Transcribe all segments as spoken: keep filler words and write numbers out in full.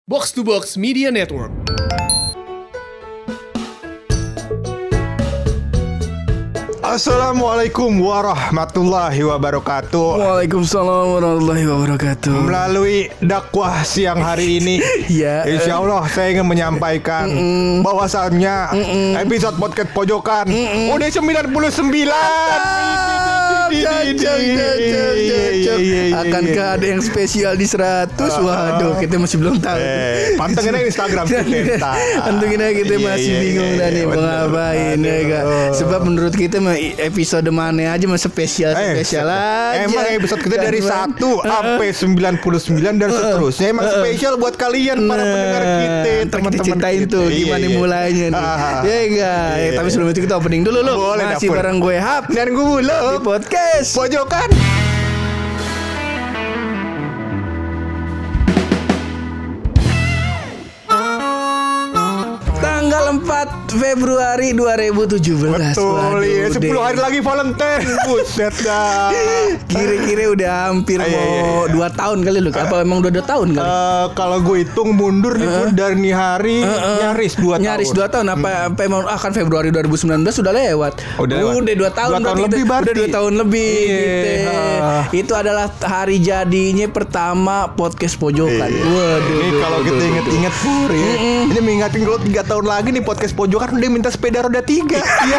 Box to Box Media Network. Assalamualaikum warahmatullahi wabarakatuh. Waalaikumsalam warahmatullahi wabarakatuh. Melalui dakwah siang hari ini, ya, insya Allah saya ingin menyampaikan Mm-mm. bahwasannya Mm-mm. episode podcast pojokan Mm-mm. udah sembilan puluh sembilan. Akankah ada yang spesial di seratus? Waduh, kita masih belum tahu. Eh, pantengin aja Instagram kita. Pantengin aja, kita masih Iya, iya, bingung iya, dah nih iya, mau bener. ngapain ya kak. Sebab menurut kita mah episode mana aja mah spesial Eh, spesial aja. Emang episode kita dari Kan, satu Bang? sampai sembilan puluh sembilan dan seterusnya emang spesial buat kalian para pendengar kita, Ntar kita teman-teman ceritain kita. tuh Iya, gimana iya. mulainya nih. Ah, Ya enggak. iya. Tapi sebelum itu kita opening dulu lu. Boleh, Masih dapur. bareng gue Hap Dan gue di Bulog podcast pojokan. tanggal empat Februari dua ribu tujuh belas. Betul, iya. sepuluh hari lagi Valentine. Buset dah. Kira-kira udah hampir Ah, iya, mau iya, iya. dua tahun kali lu. Apa emang udah dua tahun kali? Eh, kalau gue hitung mundur nih Pur, dari nih hari nyaris dua Nyaris tahun. dua tahun. Apa apa emang ah kan Februari dua ribu sembilan belas sudah lewat. Udah lewat. Udah dua tahun Dua tahun berarti lebih kita- berarti. Udah dua tahun lebih Iya, gitu. ah. Itu adalah hari jadinya pertama podcast pojokan. Iya. Waduh. Ini duh, kalau duh, kita duh, inget-inget Pur ya. Ini mengingatkan kalau tiga tahun lagi nih podcast pojokan udah minta sepeda roda tiga. Iya.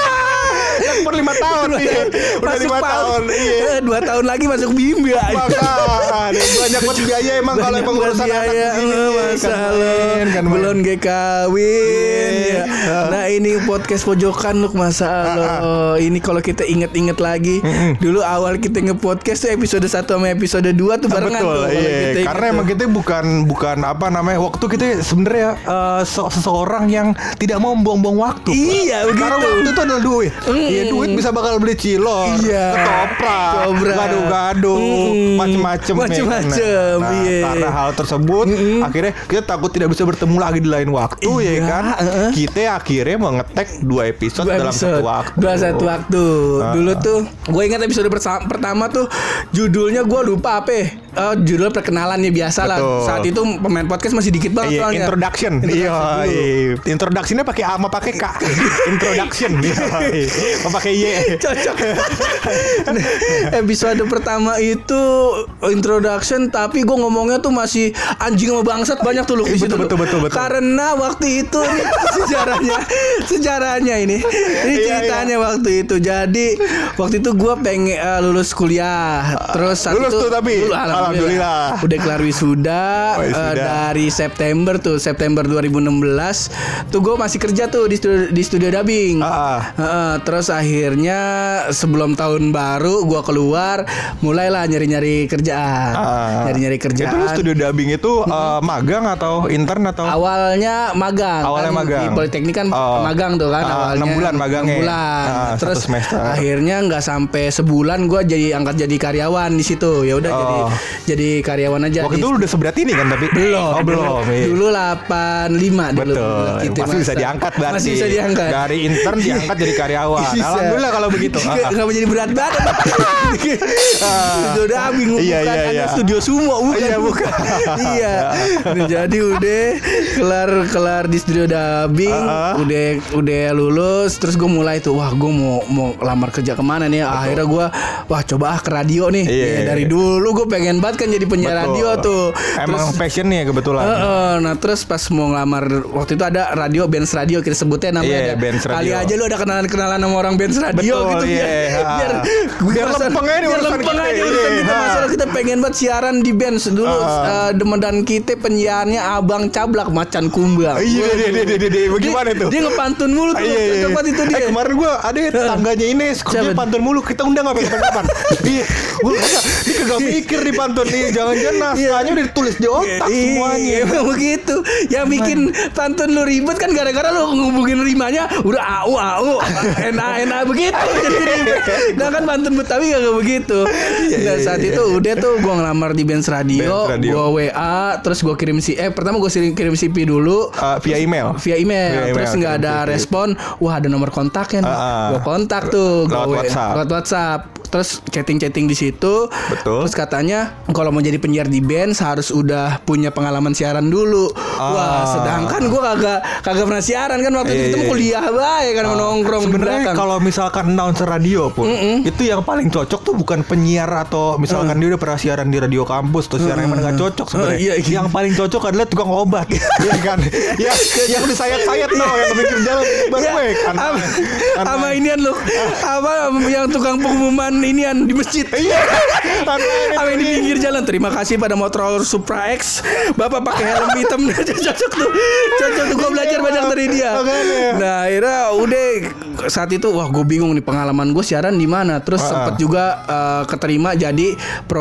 Yang per lima tahun nih. Udah Masuk lima paut. tahun. Iya. Eh, Dua tahun lagi masuk bimbel. Maka banyak banget biaya emang kalau Banyak emang buat urusan anak biaya, begini, eh, kan masalah main, kan main. belum gak kawin Iya. ya. Nah ini podcast pojokan lu masalah. Ini kalau kita inget-inget lagi dulu awal kita nge-podcast tuh episode satu sama episode dua tuh barengan Betul, tuh. kalau iya. kita inget Karena tuh. emang kita bukan bukan apa namanya waktu kita sebenarnya eh, se- seseorang yang tidak mau buang-buang waktu. Iya, Pak. Karena begitu. waktu itu adalah duit. Mm. Iya, duit bisa bakal beli cilor, Iya. ketoprak, Ketoprak. gado-gado, Mm. macem-macem. ya. Macem-macem, Nah, iya. karena hal tersebut, akhirnya kita takut tidak bisa bertemu lagi di lain waktu, ya Iya, kan? uh-uh. Kita akhirnya mengetek dua episode Dua dalam episode, satu waktu. Dua satu waktu. Ah. Dulu tuh gue ingat episode persa- pertama tuh judulnya gue lupa apa. ya. Eh, judul perkenalan nih biasa lah. Betul. Saat itu pemain podcast masih dikit banget Iya, soalnya. introduction. Iya, Introduction dulu. iya. Introductionnya pakai A sama pakai K. Introduction. Iya, mau pakai Y. Cocok. Nah, episode pertama itu introduction, tapi gue ngomongnya tuh masih anjing sama bangsat banyak tuh lu di situ. Betul, betul, betul, betul. Karena waktu itu nih, sejarahnya, sejarahnya ini, ini Iya, ceritanya waktu itu. Jadi waktu itu gue pengen eh, lulus kuliah, terus saat Lulus itu, tuh tapi? Lulus, Alhamdulillah. Udah kelar wisuda, Oh, eh, wisuda. dari September tuh September dua ribu enam belas tuh gue masih kerja tuh di studio, di studio dubbing. Ah. Heeh, terus akhirnya sebelum tahun baru gua keluar mulailah nyari-nyari kerjaan. Ah. Nyari-nyari kerjaan. Itu lu studio dubbing itu eh, magang atau intern atau? Awalnya magang. Awalnya kan magang. Di Politeknik kan Oh. magang tuh kan Ah, awalnya. enam bulan magangnya. enam bulan. Ah, satu terus semester. akhirnya nggak sampai sebulan gua jadi angkat jadi karyawan di situ. Ya udah Oh. jadi jadi karyawan aja. Waktu di- itu lu udah seberat ini kan tapi? belum. Oh, belum. iya. Dulu delapan puluh lima dulu. Betul. Gitu, Masih bisa masa. diangkat berarti. Masih bisa diangkat. Dari intern diangkat jadi karyawan. Bisa. Alhamdulillah kalau begitu. Nggak Ah. nggak menjadi berat badan. Studio dubbing bukan Iya, iya, hanya iya. studio sumo bukan. Iya, bukan. Iya. Nah, jadi udah kelar kelar di studio dubbing, Ah, ah. udah udah lulus, terus gue mulai tuh wah gue mau mau lamar kerja kemana nih? Akhirnya gue wah coba ah ke radio nih. Iya, Ya, iya, dari iya. dulu gue pengen banget kan jadi penyiar Betul. radio tuh. Emang Terus- passionnya kebetulan. Heeh, nah terus pas mau ngelamar waktu itu ada radio Benz Radio kita sebutnya namanya Iya, ada. Benz Radio. Kali aja lu ada kenalan-kenalan sama orang Benz Radio Betul, gitu iya. biar biar Biar urusan- lempeng aja nih biar urusan lempeng kita, aja urusan iya. kita. Masalah kita pengen banget siaran di Benz dulu Ah. eh, demedan kita penyiarnya Abang Cablak Macan Kumbang. Iya, dia dia dia dia dia bagaimana Dia- tuh? Dia ngepantun mulu tuh. Iya, iya, iya. Coba itu dia. Eh kemarin gue ada tangganya Ines kerja Siapa? pantun mulu. Kita undang apa kapan-kapan? Iya, gue kata dia kagak mikir di pantun nih. Jangan-jangan naskahnya udah ditulis di otak Iya, semuanya. emang begitu. Yang bikin pantun lu ribet kan gara-gara lu ngubungin rimanya udah au au na na begitu jadi ribet. Nah kan pantun Betawi kagak begitu. Nah saat itu udah tuh gua ngelamar di Benz Radio, Benz Radio. gua W A, terus gua kirim si eh pertama gua kirim kirim C V dulu. Eh, via email. Via email, Via email, terus nggak kirim ada C V. respon. Wah ada nomor kontaknya nih. Ah, ah. Gua kontak tuh Lewat gua WhatsApp. lewat WhatsApp. terus chatting-chatting di situ. Betul. Terus katanya kalau mau jadi penyiar di band harus udah punya pengalaman siaran dulu. Ah. Wah, sedangkan gue kagak kagak pernah siaran kan waktu itu kita mau kuliah bae kan mau nongkrong di Sebenarnya belakang. kalau misalkan announcer radio pun Mm-mm. itu yang paling cocok tuh bukan penyiar atau misalkan dia udah pernah siaran di radio kampus atau siaran yang mana nggak cocok sebenarnya. Uh, iya, iya. Yang paling cocok adalah tukang obat, ya kan? Ya, yang disayat-sayat no, yang pinggir jalan baru Ya, gue kan. sama, Kan- sama inian loh. Apa yang tukang pengumuman inian di masjid. Iya. Sama yang di pinggir jalan. Terima kasih pada Motorola Supra X. Bapak pakai helm hitam. Cocok tuh. Cocok tuh gue belajar banyak dari dia. Nah, akhirnya udah saat itu wah gue bingung nih pengalaman gue siaran di mana. Terus Ah. sempet juga uh, keterima jadi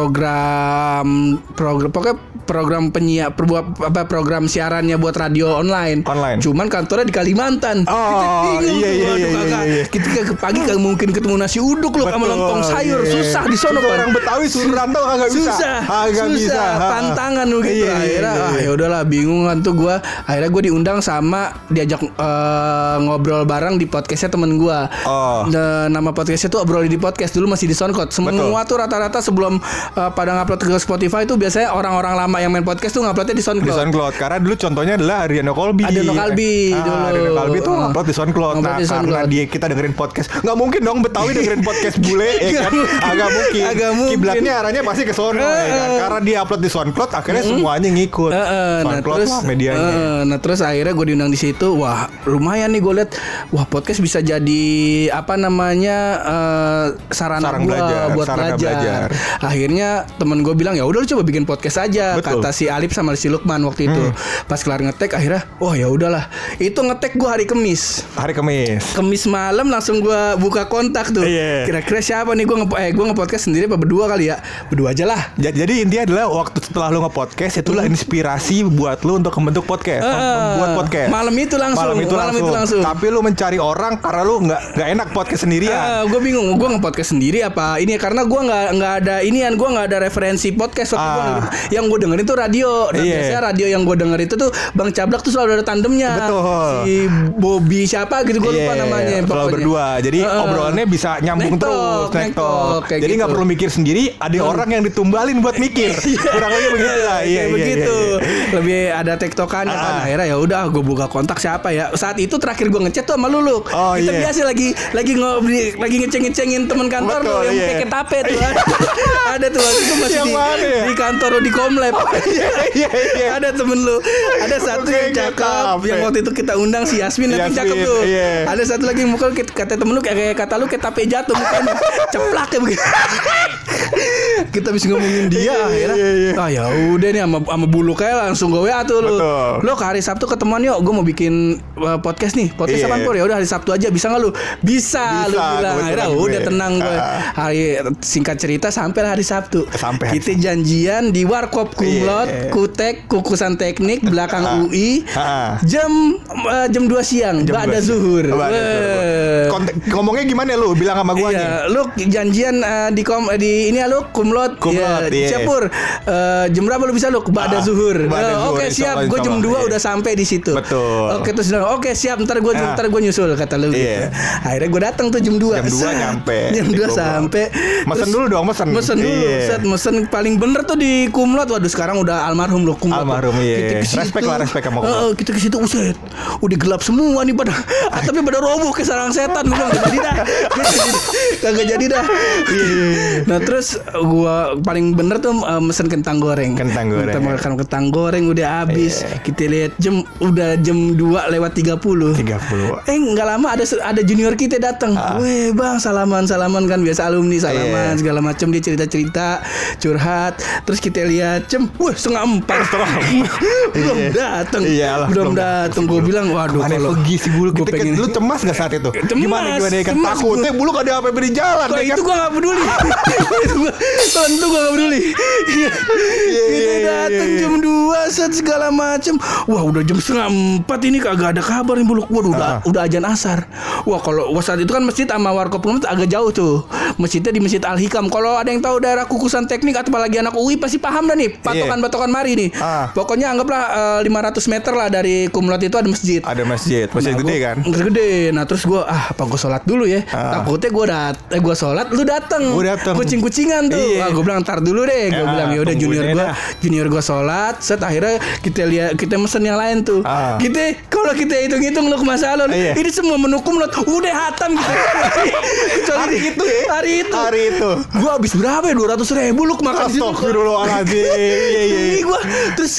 program program pokoknya program penyiar perbuat apa program siarannya buat radio online. Online. Cuman kantornya di Kalimantan. Oh, Kita bingung iya, tuh, iya, waduh, iya, kakak. iya. Kita ke pagi kagak mungkin ketemu nasi uduk loh sama Betul, lontong sayur. iya. Susah di sono Susah kan. orang Betawi suruh rantau kagak bisa. Susah, Kagak susah, bisa. Ha. pantangan begitu. Iya, iya, Akhirnya iya, ah iya. ya udahlah bingung kan tuh gue. Akhirnya gue diundang sama diajak eh, ngobrol bareng di podcastnya temen gue. Oh. Nah, nama podcastnya tuh obrol di podcast dulu masih di SoundCloud. Semua Betul. tuh rata-rata sebelum eh, pada ngupload ke Spotify itu biasanya orang-orang lama yang main podcast tuh nguploadnya di Di SoundCloud. SoundCloud karena dulu contohnya adalah Ariano Kolbi. Ariano Kolbi ah, dulu. Ariano Kolbi tuh ngupload di SoundCloud. Ngupload Nah, di karena SoundCloud. dia kita dengerin podcast, nggak mungkin dong Betawi dengerin podcast bule, ya kan? Agak mungkin. Agak mungkin. Kiblatnya arahnya pasti ke sono, ya kan? Eh. Karena dia upload di SoundCloud, akhirnya semuanya ngikut. Uh, uh, nah SoundCloud terus lah medianya. uh, nah terus akhirnya gue diundang di situ. Wah lumayan nih gue lihat. Wah podcast bisa jadi apa namanya uh, sarana Sarang gue belajar, buat sarana belajar. belajar. Akhirnya temen gue bilang ya udah lu coba bikin podcast aja. Betul. Kata si Alip sama si Lukman waktu itu. Pas kelar ngetek akhirnya wah ya udahlah. Itu ngetek gue hari Kamis. Hari Kamis. Kamis malam langsung gue buka kontak tuh. Iya. Kira-kira siapa nih gue nge eh gue nge-podcast sendiri apa berdua kali ya? Berdua aja lah. Ja- Jadi intinya adalah waktu setelah lu nge-podcast itulah inspirasi buat lu untuk membentuk podcast, Uh, membuat podcast. malam itu langsung, Malam itu malam langsung. itu langsung. Tapi lu mencari orang karena lu nggak nggak enak podcast sendirian. gue bingung, gue nge-podcast sendiri apa ini karena gue nggak nggak ada inian, gue nggak ada referensi podcast waktu Ah. gua dengerin. Yang gue dengerin itu radio. Dan Iya. biasanya radio yang gue denger itu tuh Bang Cablak tuh selalu ada tandemnya. Betul. Si Bobby siapa gitu gue lupa Iya, namanya. selalu pokoknya. berdua. Jadi Heeh. obrolannya bisa nyambung Nektok, terus, nektok, nektok. kayak Jadi nggak gitu. perlu mikir sendiri, ada orang yang ditumbalin buat mikir. Kurang lebih begitu lah. Iya, Kayak iya, begitu. iya, iya. Lebih ada tektokannya kan. Ah. Akhirnya ya udah gue buka kontak siapa ya. Saat itu terakhir gue ngechat tuh sama Lulu. Oh, Kita iya. biasa lagi lagi ngobrol lagi ngeceng-ngecengin teman kantor Betul, lo yang iya. pakai tape tuh. Ada tuh waktu itu masih Yang di, mana ya? di kantor lo di Komlab. Iya, iya, iya. Ada temen lu. Ada satu Oke, yang kayak cakep tape. yang waktu itu kita undang si Yasmin nanti Yasmin, cakep tuh. iya. Ada satu lagi yang muka kata temen lu kayak kata lu kayak tape jatuh mukanya. Ceplak kayak begitu. Kita bisa ngomongin dia Iya, akhirnya. iya, iya. Ah ya udah nih sama sama bulu kayak langsung gue W A tuh lu. Betul. Lo ke hari Sabtu ketemuan yuk, gue mau bikin uh, podcast nih. Podcast Iya. apaan Pur? Ya udah hari Sabtu aja, bisa nggak lu? Bisa, lu Bisa, bilang. kebetulan Akhirnya gue. udah tenang gue. Ah. Hari singkat cerita sampai hari Sabtu. Sampai hari Kita janjian di Warkop Kumlot, Iya. Kutek, Kukusan Teknik belakang Ah. U I. Ah. Jam uh, jam dua siang, Jam ba'da dua siang. zuhur. Ba'da zuhur. Weh. Kontek, ngomongnya gimana lu? Bilang sama gua nih. Iya, lu janjian uh, di kom eh, di ini ya lu kumlot. Kumlot, iya. Siap Pur. Uh, jam berapa lu bisa lu? Ba'da Ah, zuhur. ba'da Eh, zuhur, Oke insya siap, Allah, gue insya jam Allah, dua iya. udah sampai di situ. Betul. Oke terus bilang, oke siap, ntar gue Ah. ntar gue nyusul kata lu gitu. Iya. Akhirnya gue datang tuh jam dua. Jam dua Set. nyampe. Jam Di dua Kumlot. sampai. Mesen Terus- dulu dong, mesen. Mesen dulu. Iya. Set mesen paling bener tuh di Kumlot. Waduh sekarang udah almarhum loh Kumlot. Almarhum, iya. Kita ke situ. Respect lah, respect sama Kumlot. Heeh, kita ke situ uset. Udah gelap semua nih pada. Ah, tapi pada roboh ke sarang setan. Gue bilang gak jadi dah. Kagak jadi dah. Nah terus gua paling bener tuh uh, mesen kentang goreng. Kentang goreng. Kita makan kentang goreng udah habis. Iya. Kita lihat jam udah jam dua lewat tiga puluh. tiga puluh. Eh nggak lama ada ada junior kita datang. Ah. Weh bang salaman salaman kan biasa alumni salaman Iya. segala macam dia cerita cerita curhat. Terus kita lihat jam, wah setengah empat. belum Iya. datang. Iya lah, belum belum datang. Gue bilang waduh Mana kalau pergi sih bulu? gua Kita pengen- lu cemas gak saat itu? Cemas, Gimana gimana ya kan cemas takutnya bulu gak ada apa-apa di jalan. Kalau ya kan? itu gue gak peduli. itu gua tentu gua gak peduli. Kita datang jam dua set segala macem. Wah udah jam setengah empat ini kagak ada kabar nih Buluk. Waduh udah Ah. udah azan asar. Wah kalau wah, saat itu kan masjid sama Warkop Rumah agak jauh tuh. Masjidnya di Masjid Al Hikam. Kalau ada yang tahu daerah Kukusan Teknik atau apalagi anak U I pasti paham dah nih patokan-patokan mari nih. Ah. Pokoknya anggaplah uh, lima ratus meter lah dari Kumlot itu ada masjid. Ada masjid, masjid Nah, gede gua- kan? Gede. Nah terus gue ah apa gue sholat dulu ya. Ah. Takutnya gue dat, eh gue sholat, lu dateng. Gua dateng. Kucing-kucingan tuh. Iya. Ah, gue bilang ntar dulu deh. Gue Ah, bilang ya udah tungguin junior aja gue, dah. junior gue sholat. Set akhirnya kita lihat kita mesen yang lain tuh. Ah. Kita kalau kita hitung-hitung lu ke Mas Alon, Iya. ini semua menu kumlot udah hatam gitu. Kecuali Hari di- itu ya? Hari itu. Hari itu. Gue habis berapa ya? dua ratus ribu lu makan di situ. Astagfirullahaladzim. Iya, iya, Ini iya. gua terus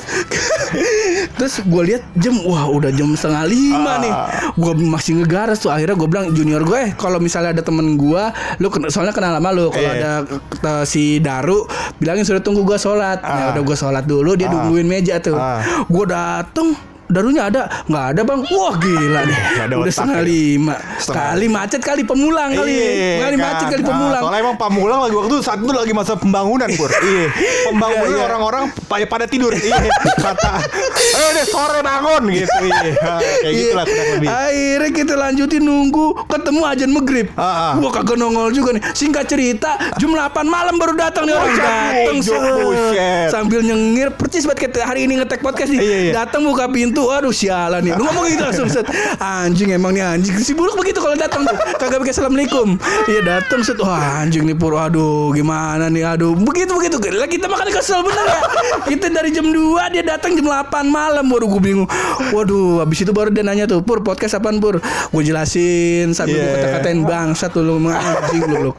terus gue lihat jam wah udah jam setengah lima Ah. nih. Gue masih ngegaras tuh akhirnya gue bilang junior gue eh kalau misalnya ada temen gue lu ken- soalnya kenal sama lu kalau Iya. ada eh, si Daru bilangin sudah tunggu gue sholat. Ya Ah. udah gue sholat dulu dia Ah. nungguin meja tuh. Ah. Gue dateng Darunya ada? Nggak ada bang. Wah gila nih. Nggak ada Udah otak setengah ya. lima. Setengah. Kali macet kali pemulang kali. Iya, Kali kan. macet kali Nah, pemulang. soalnya emang Pamulang lagi waktu saat itu lagi masa pembangunan Pur. Iya. Pembangunan Iya, iya. orang-orang pada, pada tidur. Iya. Kata, ayo deh sore bangun gitu. Iya. Kayak gitu lah kurang lebih. Akhirnya kita lanjutin nunggu ketemu ajan maghrib. Ah, ah. Gua kagak nongol juga nih. Singkat cerita jam delapan malam baru datang nih orang. Buset, Datang buset, set. buset. Sambil nyengir percis banget kayak hari ini ngetek podcast nih. Iya, iya. Datang buka pintu. Aduh sialan nih. Lu ngomong gitu langsung set. Anjing emang nih anjing. Si Buluk begitu kalau datang tuh. Kagak pakai assalamualaikum. Iya datang set. Wah anjing nih Pur. Aduh gimana nih. Aduh begitu begitu. Lah kita makan kesel bener ya. Kita dari jam dua dia datang jam delapan malam. Waduh gue bingung. Waduh habis itu baru dia nanya tuh Pur podcast apaan Pur. Gue jelasin sambil Yeah. gue kata-katain bangsat lu anjing lu lu.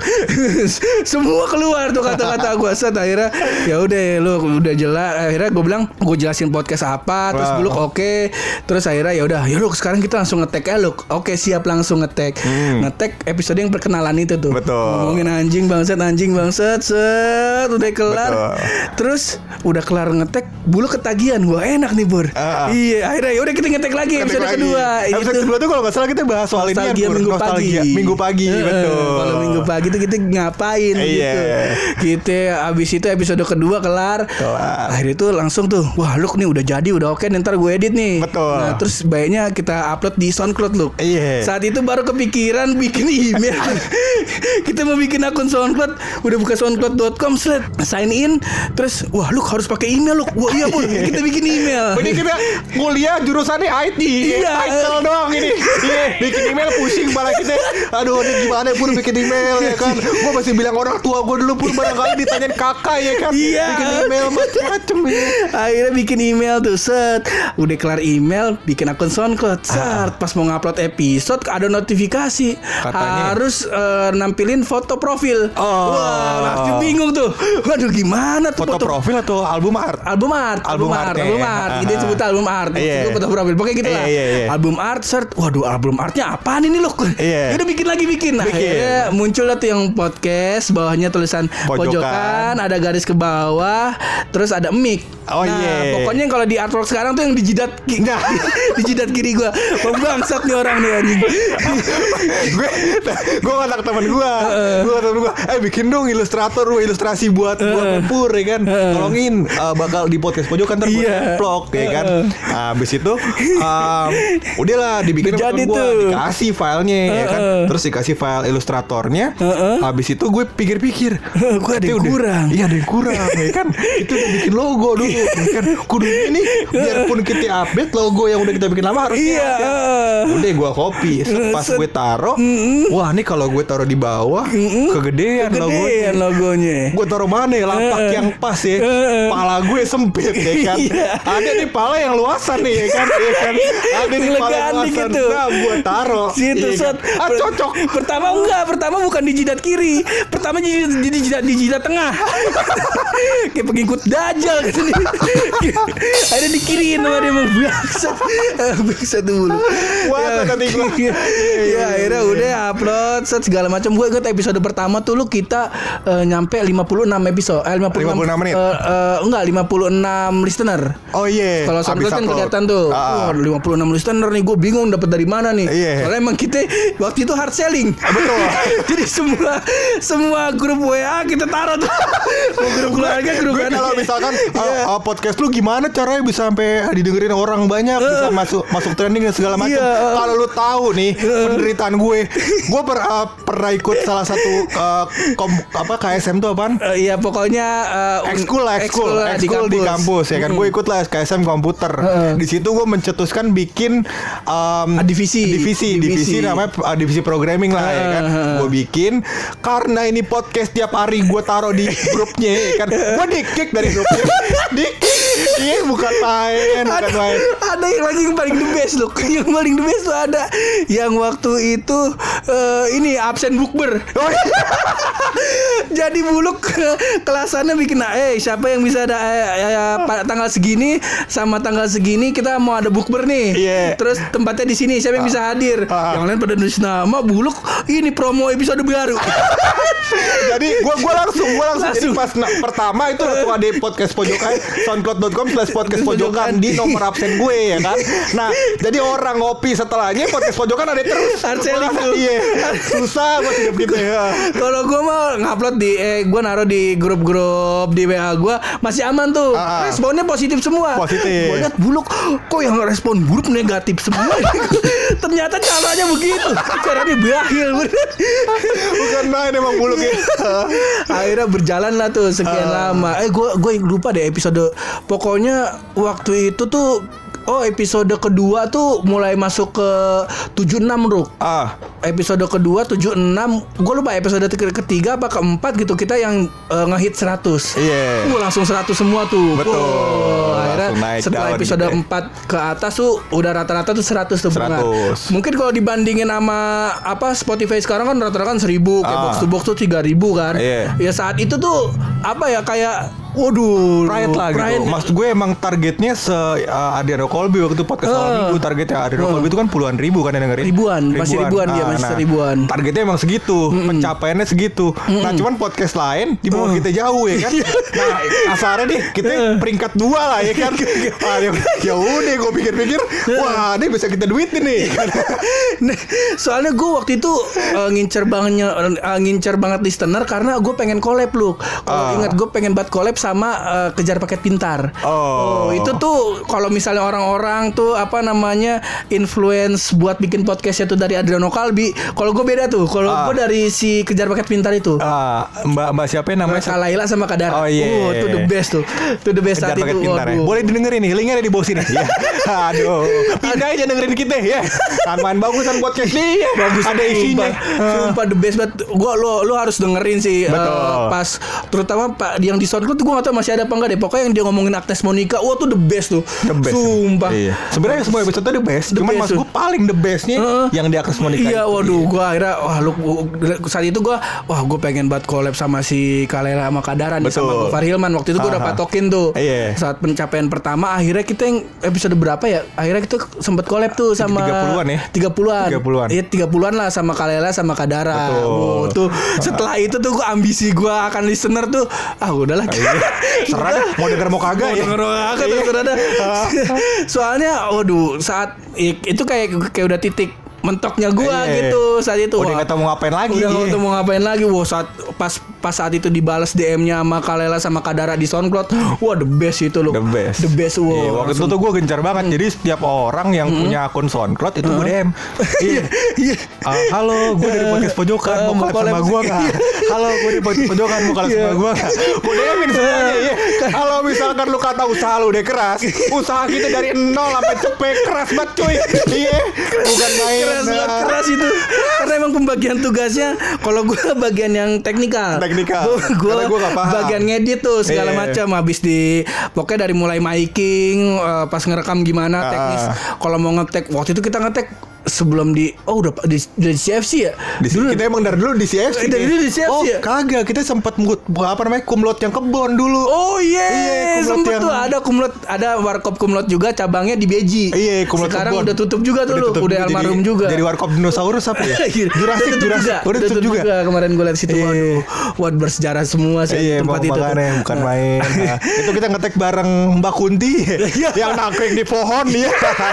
Semua keluar tuh kata-kata gue set akhirnya ya udah lu udah jelas akhirnya gue bilang gue jelasin podcast apa terus Wow. Buluk oke terus akhirnya ya udah ya Luk sekarang kita langsung ngetek ya Luk oke siap langsung ngetek Hmm. ngetek episode yang perkenalan itu tuh Betul. ngomongin anjing bangsat anjing bangsat set udah kelar Betul. terus udah kelar ngetek Buluk ketagihan gue enak nih Bur Ah. iya akhirnya ya udah kita ngetek lagi Ngetek episode lagi. kedua Episode itu kedua tuh kalau nggak salah kita bahas soal ini kan nostalgia Pur. minggu pagi. Nostalgia minggu pagi, Heeh, betul. Kalau minggu pagi tuh kita ngapain Iya. gitu. Kita abis itu episode kedua kelar. Kelar. Akhirnya tuh langsung tuh, wah Luk nih udah jadi, udah oke, ntar gue edit nih. Betul. Nah terus baiknya kita upload di SoundCloud Luk. Iya. Saat itu baru kepikiran bikin email. Kita mau bikin akun SoundCloud, udah buka soundcloud dot com, set, sign in, terus wah Luk harus pakai email Luk. Wah iya Pur, kita bikin email. Ini kita kuliah jurusannya I T. Iya. Title doang ini. Iya, bikin email pusing kepala kita. Aduh, ini gimana Pur bikin email ya kan. Gua masih bilang orang tua gua dulu Pur barangkali ditanyain kakak ya kan. Iya. Bikin email macam-macam ya. Akhirnya bikin email tuh set. Udah kelar email, bikin akun SoundCloud. Set. Pas mau ngupload episode ada notifikasi. Katanya. Harus eh, nampilin foto profil. Oh. Wah, langsung bingung tuh. Waduh gimana tuh Foto profil atau album art? Album art, album, Album art, artnya. album art. Ini Ah. sebut album art. Iya. Itu foto profil. Pokoknya gitu lah. Iya, iya, iya. Album art, search. Waduh, album artnya apaan ini loh? Iya. Ya udah bikin lagi bikin. Nah, Bikin. akhirnya muncul lah tuh yang podcast. Bawahnya tulisan Pojokan. pojokan, ada garis ke bawah, terus ada mic. Oh, nah, iya. pokoknya kalau di artwork sekarang tuh yang di jidat ki- Nah. di jidat kiri gua. Oh, bangsat nih orang nih anjing. gue gue ngatak temen gue gue kata temen gue eh bikin dong ilustrator lu ilustrasi buat buat Pur ya kan tolongin uh, bakal di podcast pojokan ntar gue Iya. vlog ya kan. Nah, habis itu um, udahlah dibikin sama Jadi temen gue tuh. dikasih filenya ya kan terus dikasih file ilustratornya habis itu gue pikir-pikir Gua ada "Katanya yang udah- kurang." iya ada yang kurang ya kan itu udah bikin logo dulu ya kan kudu ini biarpun kita update logo yang udah kita bikin lama harus Iya. udah gue copy pas Set. gue taro wah ini kalau gue taruh di bawah kegedean Gedean logonya logonya. gue taruh mana ya lapak yang pas ya pala gue sempit ya kan Iya. ada nih pala yang luasan nih ya kan ya kan ada nih pala yang Elegan luasan gitu. nah gue taruh Situ ya kan? set. ah Per- cocok Pertama enggak, pertama bukan di jidat kiri. Pertama di, di, di jidat di jidat tengah. Kayak pengikut dajal gitu nih. Akhirnya dikiriin sama dia mau Bangsat. Bangsat dulu. Wah, Ya, tadi gua. ya akhirnya udah upload set segala macam. Gue ingat episode pertama tuh lu kita eh, nyampe lima puluh enam episode. Eh, lima puluh enam, lima puluh enam menit. eh, eh, enggak lima puluh enam listener. Oh iya. Kalau SoundCloud kan kelihatan tuh. Ah. Wah, lima puluh enam listener nih, gue bingung dapat dari mana nih. Iya. Soalnya emang kita waktu itu hard selling. Betul. Jadi semua semua grup W A kita taruh tuh. Mau grup keluarga, grup Gue anak. kalau misalkan uh, Iya. uh, podcast lu gimana caranya bisa sampai didengerin orang banyak, bisa masuk masuk trending dan segala macam. Iya. Kalau lu tahu nih penderitaan gue, gue per, uh, pernah ikut salah satu uh, kom, apa K S M tuh apaan? Eh, Iya pokoknya uh, Ekskul lah, ekskul, lah ekskul di kampus ya kan. Gue ikut lah K S M komputer. Di situ gue mencetuskan bikin um, Ah, divisi. divisi, divisi, Divisi. namanya uh, divisi programming lah ya kan. Gue bikin karena ini podcast tiap hari gue taruh di grupnya ya kan. Gue di-kick dari grupnya. Di-kick. Iya bukan main, bukan ada, main. ada yang lagi yang paling the best loh. Yang paling the best tuh ada yang waktu itu eh, ini absen bukber. Oh, iya. Jadi buluk ke kelasannya bikin eh siapa yang bisa ada eh, eh, pada tanggal segini sama tanggal segini kita mau ada bukber nih. Iya. Terus tempatnya di sini siapa yang bisa hadir? Ah. Yang lain pada nulis nama buluk ini promo episode baru. Jadi gue gue langsung gue langsung, jadi Langsung. pas na- pertama itu langsung ada podcast pojokan soundcloud dot com slash podcast pojokan di nomor absen gue ya kan. Nah jadi orang ngopi setelahnya podcast pojokan ada terus. Hard selling tuh. Iya susah buat hidup gitu ya. Kalau gue mau ngupload di eh gue naruh di grup-grup di W A gue masih aman tuh. Ah, ah. Responnya positif semua. Positif. Gue lihat buluk kok yang respon buruk negatif semua. Ternyata caranya begitu. Caranya bahil bener. Bukan main emang buluk ya. Akhirnya berjalan lah tuh sekian lama. Eh gue gue lupa deh episode. Pokoknya waktu itu tuh oh episode kedua tuh mulai masuk ke tujuh puluh enam Ruk. Ah Episode kedua tujuh puluh enam. Gue lupa episode ketiga apa keempat gitu kita yang uh, ngehit seratus. Iya. Uh, langsung seratus semua tuh. Betul. Oh, akhirnya Langsung naik setelah daun episode gitu ya. empat ke atas tuh udah rata-rata tuh seratus tuh Bunga. seratus. Mungkin kalau dibandingin sama apa Spotify sekarang kan rata-rata kan seribu, kayak Ah. box to box tuh tiga ribu kan. Iya. Ya saat itu tuh apa ya kayak waduh, Pride lah gitu. pride. Maksud gue emang targetnya se uh, Adriano Colby waktu itu podcast awal Uh. minggu targetnya Adriano Uh. Colby itu kan puluhan ribu kan yang dengerin. Ribuan, masih ribuan dia, masih seribuan. Targetnya emang segitu, pencapaiannya segitu. Nah, cuman podcast lain di bawah kita jauh ya kan. Nah, kasarnya nih kita peringkat dua lah ya kan. Ah, ya, ya udah gue pikir-pikir, wah, ini bisa kita duitin nih. Nah, soalnya gue waktu itu uh, ngincer banget uh, ngincer banget listener karena gue pengen collab lu. Kalau Ah. ingat gue pengen banget collab sama uh, kejar paket pintar. Oh. itu tuh kalau misalnya orang-orang tuh apa namanya influence buat bikin podcastnya tuh dari Adriano Kalbi. Kalau gue beda tuh. Kalau Ah. gue dari si kejar paket pintar itu. Ah, Mbak Mbak siapa yang namanya? Kak Laila sama Kadar. Oh, iya. Oh, itu the best tuh. Itu the best Kejar saat paket itu. pintar ya. Waduh. Boleh didengerin nih, linknya ada di bawah sini. Ya. Aduh, pindah aja dengerin kita ya. Kan main bagusan podcast nih. Bagus, Ada isinya. Sumpah, sumpah the best banget. Gua lo lo harus dengerin sih eh, Betul. pas terutama Pak yang di SoundCloud tuh gua enggak tahu masih ada apa enggak deh. Pokoknya yang dia ngomongin Agnes Monica, wah tuh the best tuh. The best. Sumpah. Iya. Sebenarnya semua episode tuh the best. The Cuman best mas tuh. gue paling the bestnya Heeh. yang di Agnes Monica. Iya, itu. waduh, gua akhirnya wah lu saat itu gua wah gua pengen banget collab sama si Kalela sama Kadaran nih, sama Betul. Gofar Hilman. Waktu itu gua udah Aha. patokin tuh. Iya. Saat pencapaian pertama akhirnya kita yang episode berapa ya? Akhirnya kita sempet collab tuh sama tiga puluhan ya? tiga puluhan. tiga puluhan. Iya, tiga puluhan lah sama Kalela sama Kadara. Betul. Oh, tuh setelah itu tuh gua ambisi gua akan listener tuh ah udahlah. Serah dah, mau denger mau kagak Mau ya. denger mau kagak tuh, terserah dah. Soalnya waduh saat itu kayak kayak udah titik mentoknya gua Iya. gitu saat itu. Udah Wah, nggak tahu mau ngapain lagi. Udah nggak tahu mau ngapain lagi. Wah saat pas pas saat itu dibalas D M-nya sama Kalela sama Kadara di SoundCloud. Wah the best itu loh. The best. The best. Wah. Iya, waktu itu tuh gue gencar banget. Jadi setiap orang yang punya akun SoundCloud itu gue D M. Iya. Iya. Ah, halo, gue dari podcast pojokan Ah, mau mau collab sama collab. gue nggak? Halo, gue dari podcast pojokan mau collab Iya. sama gue nggak? Gue D M-in semuanya. Iya. Kalau misalkan lu kata usaha lu udah keras, usaha kita dari nol sampai cepet keras banget cuy. Iya. Bukan main. Keras banget, keras itu. Karena emang pembagian tugasnya kalau gue bagian yang teknikal. Teknikal. Gue Karena gua nggak paham. bagian ngedit tuh segala Iya. macam habis di pokoknya dari mulai miking eh, pas ngerekam gimana Ah. teknis. Kalau mau ngetek waktu itu kita ngetek sebelum di oh udah di, di C F C ya. Di, dulu kita emang dari dulu di C F C. Dari dulu di C F C oh, ya. Kagak, kita sempat apa namanya kumlot yang Kebon dulu. Oh iya, yeah. Sempet yang... tuh ada kumlot, ada warkop kumlot juga cabangnya di Beji. Iya, kumlot sekarang Kebon. Udah tutup juga tuh, udah, udah almarhum jadi, juga. Jadi warkop dinosaurus apa ya? Jurassic, Jurassic. Udah tutup juga. juga. Kemarin gue lihat situ, waduh, waduh bersejarah semua sih iya, tempat itu. Iya, bukan main. Nah, itu kita ngetek bareng Mbak Kunti yang nangkring di pohon ya.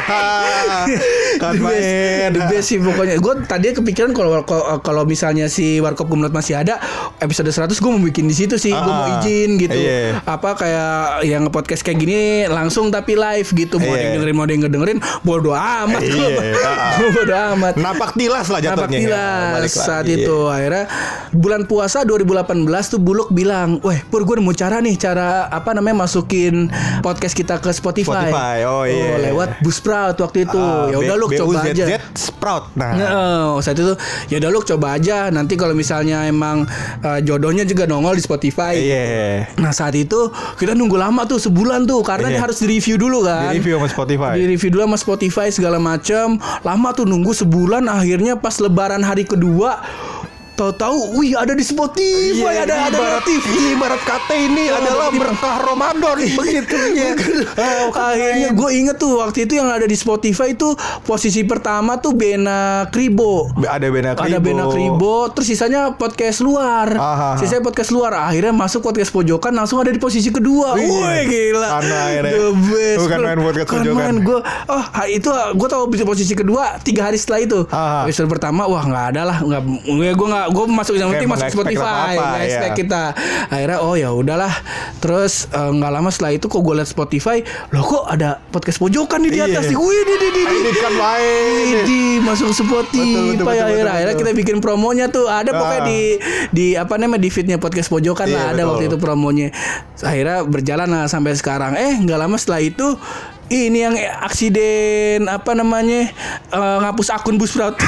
Kan main. The best sih pokoknya. Gue tadi kepikiran kalau kalau misalnya si warkop kumlot masih ada, episode seratus gue mau bikin di situ sih. Gue mau izin gitu. Iya. Apa kayak yang podcast kayak gini langsung tapi live gitu. Mau iya. yang dengerin, mau yang ngedengerin, bodo amat. Iya. Bodo amat. Napak tilas lah jatuhnya. Napak tilas ya. saat itu. Akhirnya bulan puasa dua ribu delapan belas tuh Buluk bilang, "Weh, Pur, gue nemu cara nih, cara apa namanya masukin podcast kita ke Spotify." Spotify. Oh iya. Oh, lewat Buzzsprout waktu itu. Uh, ya udah lu coba aja. Sprout. Nah, oh, saat itu ya udah lu coba aja. Nanti kalau misalnya emang uh, jodohnya juga nongol di Spotify. Iya. Yeah. Nah, saat itu kita nunggu lama tuh, sebulan tuh, karena yeah. dia harus di-review dulu kan. Di-review sama Spotify. Di-review dulu sama Spotify segala macam. Lama tuh nunggu sebulan, akhirnya pas lebaran hari kedua tahu-tahu, wih ada di Spotify, iya, ada ada notif. Ibarat kata ini oh, adalah berkah Ramadan begitu ya. Oh, akhirnya gue inget tuh waktu itu yang ada di Spotify itu posisi pertama tuh Bena Kribo. Ada Bena Kribo. Ada Bena Kribo, terus sisanya podcast luar. Aha. Sisanya podcast luar. Akhirnya masuk podcast pojokan langsung ada di posisi kedua. Wih gila. The best. Bukan main podcast pojokan. Gue, oh itu gue tahu posisi kedua tiga hari setelah itu. Episode pertama wah nggak ada lah, nggak gue nggak gue masuk yang penting masuk Spotify, nggak expect ya. Kita akhirnya oh ya udahlah. Terus nggak uh, lama setelah itu kok gue liat Spotify, loh kok ada podcast pojokan nih di atas nih, wih di di di di kan main di masuk Spotify. Betul, betul, betul, akhirnya betul, betul. Kita bikin promonya tuh ada ah. pokoknya di di apa namanya di feednya podcast pojokan iya, lah ada betul. Waktu itu promonya. Akhirnya berjalan lah sampai sekarang. Eh nggak lama setelah itu ini yang aksiden apa namanya uh, ngapus akun Buzzsprout.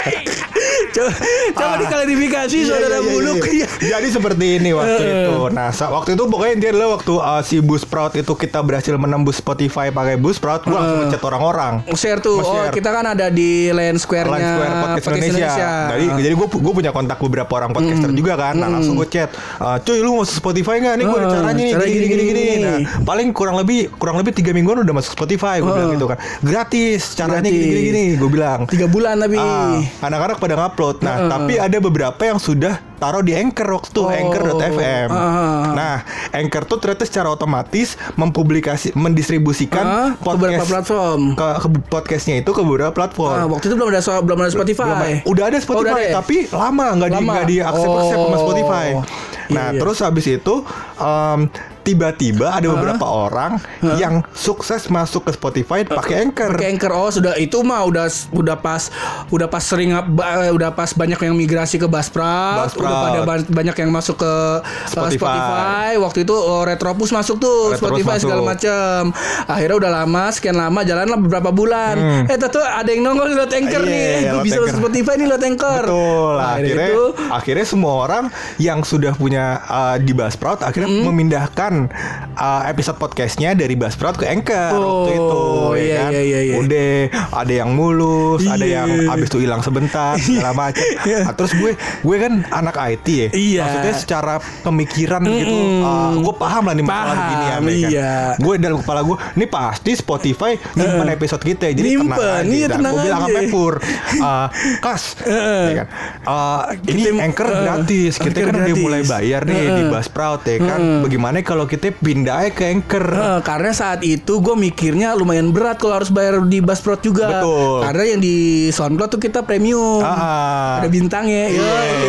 coba coba ah, diklarifikasi iya, saudara iya, Buluk. Iya, iya. Jadi seperti ini waktu uh, itu. Nah, waktu itu pokoknya intinya adalah waktu uh, si Buzzsprout itu kita berhasil menembus Spotify pakai Buzzsprout, gua uh, langsung ngechat orang-orang. Share tuh. Share. Oh, kita kan ada di Line Square-nya Line Square Podcast, Podcast Indonesia. Indonesia. Jadi uh. jadi gua gua punya kontak beberapa orang podcaster mm. juga kan. Nah, mm. langsung gua chat. Uh, cuy, lu masuk Spotify enggak? Nih gua ada caranya nih. Cara gini gini gini. Nah, paling kurang lebih kurang lebih tiga mingguan udah masuk Spotify, gue uh. bilang gitu kan. Gratis, caranya gini-gini gue bilang. tiga bulan tapi. Uh, anak-anak pada ngupload. Nah, uh. tapi ada beberapa yang sudah taruh di Anchor waktu oh. anchor dot f m. Uh. Nah, Anchor tuh ternyata secara otomatis mempublikasi mendistribusikan uh, podcast ke beberapa platform. Ke, ke podcastnya itu ke beberapa platform. Uh, waktu itu belum ada so, belum ada Spotify. Belum, udah ada Spotify, oh, udah ada, tapi lama nggak di nggak di accept oh. sama Spotify. Nah, iya, terus iya. habis itu um, tiba-tiba ada uh, beberapa orang uh, yang sukses masuk ke Spotify pakai Anchor. Pakai Anchor. Oh, sudah itu mah udah udah pas udah pas sering udah pas banyak yang migrasi ke Buzzsprout, udah pada banyak yang masuk ke Spotify. Spotify. Waktu itu oh, Retropus masuk tuh, Retropus Spotify masuk. Segala macam. Akhirnya udah lama, sekian lama jalanlah beberapa bulan. Hmm. Eh, tuh ada yang nongol lewat Anchor nih. Gue bisa masuk Spotify nih lewat Anchor. Betul. Nah, akhirnya itu, akhirnya semua orang yang sudah punya uh, di Buzzsprout akhirnya mm, memindahkan Uh, episode podcastnya dari Buzzsprout ke Anchor oh, waktu itu, iya, ya kan? Iya, iya, iya. Udah ada yang mulus, iya, ada yang abis itu hilang sebentar, segala macam. Nah, terus gue, gue kan anak I T ya, iya. maksudnya secara pemikiran mm, gitu, uh, gue paham lah nih masalah gini ya, iya. kan? Gue dalam kepala gue, ini pasti Spotify nyimpen uh, episode kita, jadi nyimpen, tenang aja. iya, tenang gue bilang aja. sama Pur, uh, Kas, uh, ya kan? uh, ini kita, Anchor uh, gratis, kita kan gratis. Udah mulai bayar nih uh, di Buzzsprout ya kan, uh, bagaimana kalau kita pindah ke Anchor. Uh, karena saat itu gue mikirnya lumayan berat kalau harus bayar di Buzzsprout juga. Betul. Karena yang di SoundCloud tuh kita premium. Ah. Ada bintangnya. Iya.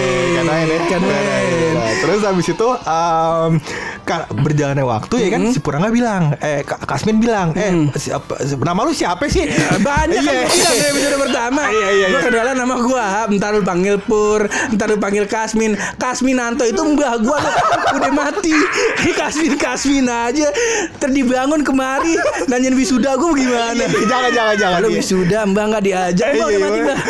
Karena terus habis itu um, berjalannya waktu ya kan mm-hmm. si Purangga bilang, eh Kasmin bilang, eh mm. siapa, nama lu siapa sih? Banyak kan bilang dari episode pertama. Iya iya. Gue kenalan nama gue. Entar lu panggil Pur, entar lu panggil Kasmin. Kasminanto itu mbah gue udah mati. Kasmin Kasmin aja terdibangun kemari nanyain wisuda gue gimana? Jangan jangan jangan. Kalau wisuda mbak nggak diajak, mbak udah mati mbak.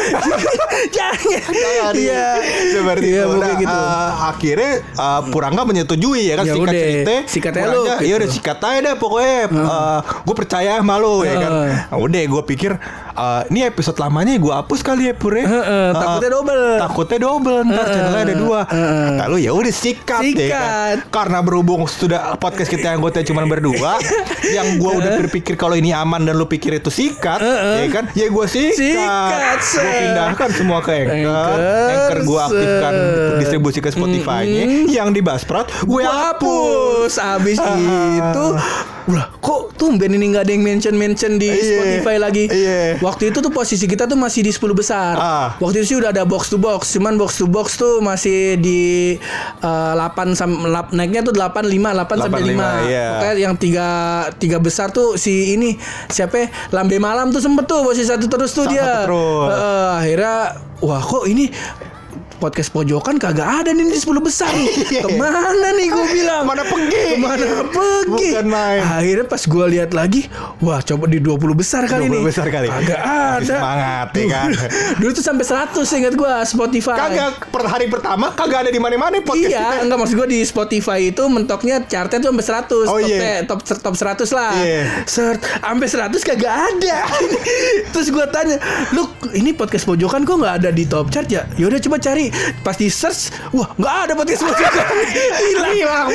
Jangan. Iya. Seperti itu. Nah, gitu. uh, akhirnya uh, Purangga menyetujui ya kan, singkat cerita, sikat aja gua lu, aja, gitu. ya udah sikat aja deh pokoknya. Uh. Gue percaya sama lu ya kan. Nah, udah gue pikir uh, ini episode lamanya gue hapus kali ya Pur ya. Uh, uh, takutnya double. Takutnya double ntar uh, channelnya ada dua. Uh, Kata lu ya udah sikat, sikat. Ya kan. Karena berhubung sudah podcast kita yang anggotanya cuma berdua, yang gue udah berpikir kalau ini aman dan lu pikir itu sikat, uh, uh. ya kan? Ya gue sikat. Sikat. Gue pindahkan semua ke Anchor. Anchor gue aktifkan distribusi ke Spotify-nya. Mm-hmm. Yang di Buzzsprout gue hapus. Abis uh, itu wah, kok tumben ini gak ada yang mention-mention di iye, Spotify lagi. Iye. Waktu itu tuh posisi kita tuh masih di sepuluh besar. Ah. Waktu itu sih udah ada box to box. Cuman box to box tuh masih di uh, delapan sampai naiknya tuh delapan lima delapan sampai lima. Iya. Pokoknya yang tiga tiga besar tuh si ini siapa? Lambe Malam tuh sempet tuh posisi satu terus tuh. Satu dia. Terus. Uh, akhirnya wah kok ini podcast pojokan kagak ada nih di sepuluh besar nih. Kemana nih gue bilang? Kemana pergi? Kemana pergi? Bukan main. Akhirnya pas gue lihat lagi, wah coba di dua puluh besar kali nih. dua puluh besar kali. Kagak ada. Semangat ya kan. Dulu tuh sampai seratus ingat gue Spotify. Kagak per hari pertama kagak ada di mana-mana podcast iya, kita. enggak maksud gue di Spotify itu mentoknya chartnya tuh sampai seratus. Oh, top, yeah. top top seratus lah. Yeah. Sert sampai seratus kagak ada. Terus gue tanya, "Lu ini podcast pojokan kok enggak ada di top chart ya?" Ya udah coba cari. Pas di search, wah nggak ada podcast pojokan. Hilang, hilang,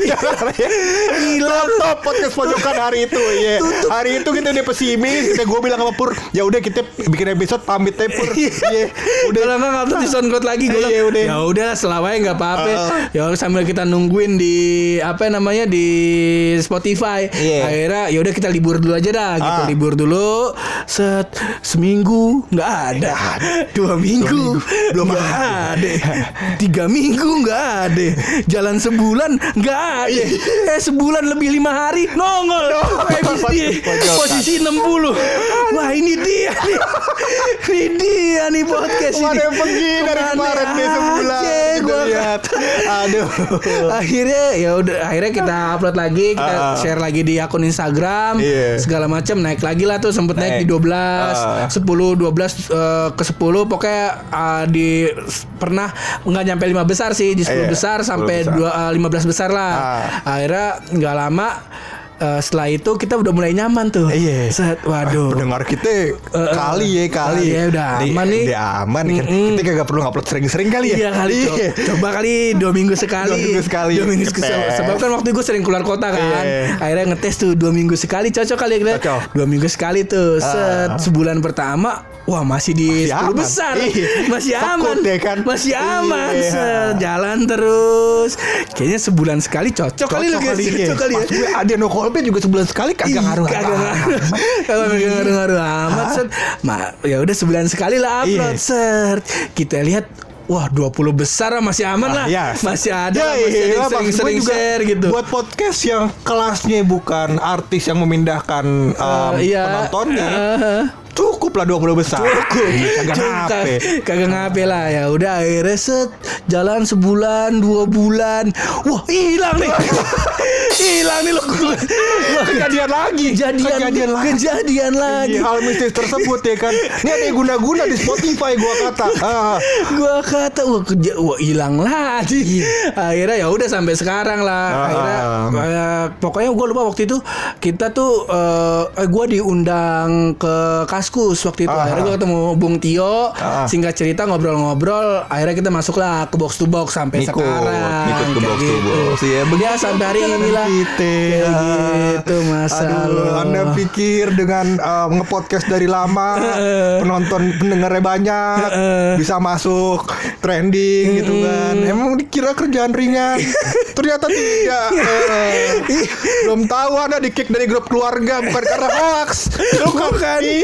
hilang. Top podcast pojokan hari itu, ya. Hari itu kita udah pesimis. Kita gue bilang sama Pur, ya udah kita bikin episode pamit ya Pur. Iya. Udah lama nggak upload di SoundCloud lagi. Gue bilang, udah. ya udah selawanya nggak apa-apa. Uh. Ya sambil kita nungguin di apa namanya di Spotify. Yeah. Akhirnya ya udah kita libur dulu aja dah. Gitu uh. libur dulu. Set seminggu nggak ada. Dua minggu belum ada. Tiga minggu nggak ada. Jalan sebulan nggak ada. Eh sebulan lebih lima hari nongol. Posisi posisi enam puluh. Wah ini dia nih. Ini dia nih podcast ini. Mana yang pergi dari kemarin nih sebulan. Gue lihat. Aduh. Akhirnya ya udah akhirnya kita upload lagi, kita uh. share lagi di akun Instagram. Yeah. Segala macam naik lagi lah tuh sempet naik, naik di dua belas, uh. sepuluh, dua belas uh, ke sepuluh pokoknya uh, di pernah nggak nyampe lima besar sih di sepuluh yeah, besar sampai dua uh, lima belas besar lah. Uh. Akhirnya nggak lama Uh, setelah itu kita udah mulai nyaman tuh. Iya. Set, waduh. Pendengar kita uh, kali ya kali. Ya udah aman nih. Udah aman nih. Mm-hmm. Kita kagak perlu ngupload sering-sering kali ya. Iya kali. Coba, coba kali dua minggu sekali. Dua minggu sekali. Dua minggu sekali. Sebab kan waktu gue sering keluar kota kan. Iya. Akhirnya ngetes tuh dua minggu sekali. Cocok kali ya. Cocok. Dua minggu sekali tuh. Set uh. sebulan pertama. Wah masih di masih sepuluh aman. Besar. Iyi. Masih aman. Takut, ya kan? Masih aman. Iyi. Set, jalan terus. Kayaknya sebulan sekali cocok, cocok kali lu guys. Cocok kali ya. Gue ada no kolbe juga sebulan sekali kagak ngaruh. Kagak ngaruh. Kagak ngaruh-ngaruh amat. Set. Ma, ya udah sebulan sekali lah upload. Set. Kita lihat wah dua puluh besar masih aman lah. Ah, ya. Masih ada ya, lah, masih iya, ada iya, sering-sering share gitu. Buat podcast yang kelasnya bukan artis yang memindahkan um, uh, iya. penontonnya. Uh-huh. Cukup lah dua puluh besar. Cukup. Kagak ngape. Kagak ngape lah. Ya udah akhirnya set jalan sebulan, dua bulan. Wah, hilang nih. Hilang nih lo. Wah, kejadian lagi. Kejadian, kejadian lagi. Kejadian lagi. Hal mistis tersebut ya kan. Ini ada yang guna-guna di Spotify gua kata. Ah. Gua kata wah keja- wah hilang lagi. Akhirnya ya udah sampai sekarang lah. Ah. Akhirnya uh, pokoknya gua lupa waktu itu kita tuh uh, gua diundang ke Kaskus waktu itu. Akhirnya gue ketemu Bung Tio. Aha. Singkat cerita ngobrol-ngobrol. Akhirnya kita masuklah ke box to box sampai Nikut, sekarang. Ikut ke box gitu. to box. Ya, ya sampai hari inilah. Kayak gitu masa Aduh, lo. Anda pikir dengan uh, nge-podcast dari lama, penonton pendengarnya banyak, bisa masuk trending gitu kan. Emang dikira kerjaan ringan. Ternyata tidak. uh, belum tahu Anda di-kick dari grup keluarga bukan karena hoax. Bukan.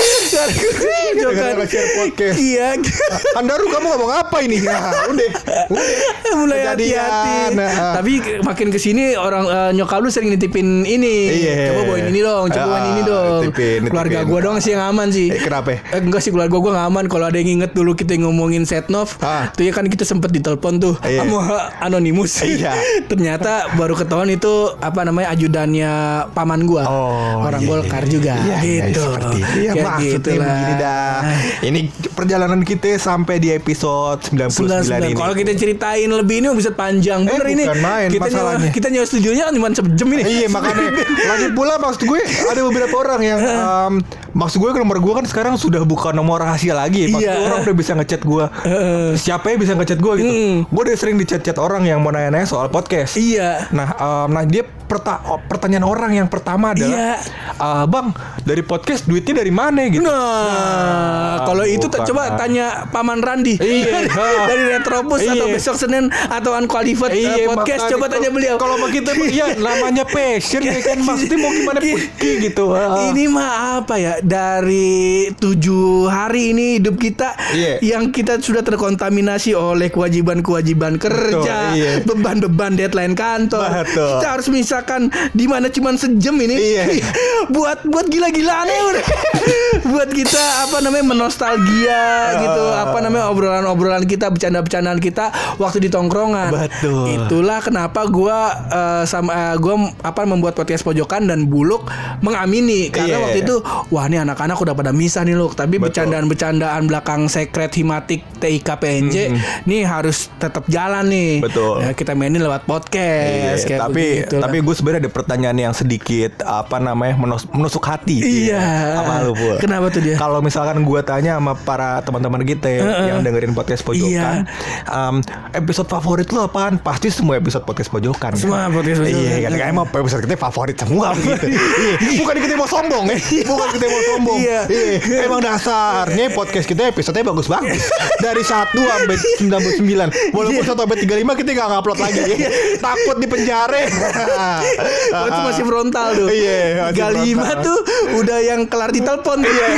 Gara-gara share podcast. Iya. Anda Ru kamu ngomong apa ini? Nah, udah. Udah. Mulai hati-hati. Nah. Tapi makin kesini orang uh, nyokap lu sering nitipin ini. Iya. Coba bawain ini dong. Coba bawain ini dong. Nitipin, keluarga nitipin. gue doang sih yang aman sih. Eh, kenapa? Eh, enggak sih keluarga gue nggak aman. Kalau ada yang inget dulu kita ngomongin Setnov, ah. tuh ya kan kita sempet ditelepon tuh iya. sama Anonymous. Iya. Ternyata baru ketahuan itu apa namanya ajudannya paman gue. Oh, orang iya, Golkar iya, juga. iya, gitu. Iya, seperti itu. Ya, kayak gitu lah. Begini dah. Ini perjalanan kita sampai di episode sembilan puluh sembilan ini. Kalau kita ceritain lebih ini bisa panjang. Eh, Bener ini. bukan main kita masalahnya. nyewa, kita nyewa studionya kan cuma sejam ini. Iya makanya. Lagi pula maksud gue ada beberapa orang yang um, maksud gue nomor gue kan sekarang sudah bukan nomor rahasia lagi. Maksud Iya. orang udah bisa ngechat gue. Siapa yang bisa ngechat gue gitu. Hmm. Gue udah sering dichat-chat orang yang mau nanya-nanya soal podcast. Iya. Nah, um, nah dia perta- oh, pertanyaan orang yang pertama adalah, Iya. "Ah, Bang, dari podcast duitnya dari mana gitu?" Nah, Nah, kalau itu t- bukan. coba tanya Paman Randi. Iya. Dari Retropus Iya. atau besok Senin atau Unqualified uh, Iya, podcast makanya coba tanya beliau. Kalau begitu ya namanya passion ya kan maksudnya mau gimana pergi gitu. Ah. Ini mah apa ya, dari tujuh hari ini hidup kita Iya. yang kita sudah terkontaminasi oleh kewajiban-kewajiban kerja, Betul, iya. beban-beban deadline kantor. Betul. Kita harus misalkan di mana cuma sejam ini Iya. buat buat gila-gilaan ya udah. Buat kita apa namanya menostalgia gitu, apa namanya obrolan-obrolan kita, bercanda-bercandaan kita waktu di tongkrongan. Betul. Itulah kenapa gua uh, sama uh, gua apa membuat podcast pojokan dan Buluk mengamini karena Iya. waktu itu wah ini anak-anak udah pada misah nih Luk, tapi Betul. bercandaan-bercandaan belakang sekret himatik T I K P N J nih harus tetap jalan nih. Betul. Ya, kita mainin lewat podcast Iya, kayak tapi begitulah. tapi gue sebenarnya ada pertanyaan yang sedikit apa namanya menus- menusuk hati. Iya. Sama lu, Pur. Kenapa tuh dia? Kalau misalkan gue tanya sama para teman-teman kita yang dengerin podcast pojokan, Iya. um, episode favorit lu apaan? Pasti semua episode podcast pojokan. kan? Semua podcast pojokan. Iya, kan emang episode kita favorit semua gitu. Iya. Bukan kita mau sombong ya. Bukan kita mau sombong. Iya. Iya. Emang dasarnya podcast kita episode-nya bagus-bagus. Dari satu sampai sembilan puluh sembilan. Walaupun satu sampai tiga puluh lima kita enggak upload lagi. Takut di penjara. Oh, itu masih frontal tuh. Iya, masih tiga puluh lima frontal. tuh udah yang kelar di telepon. Iya.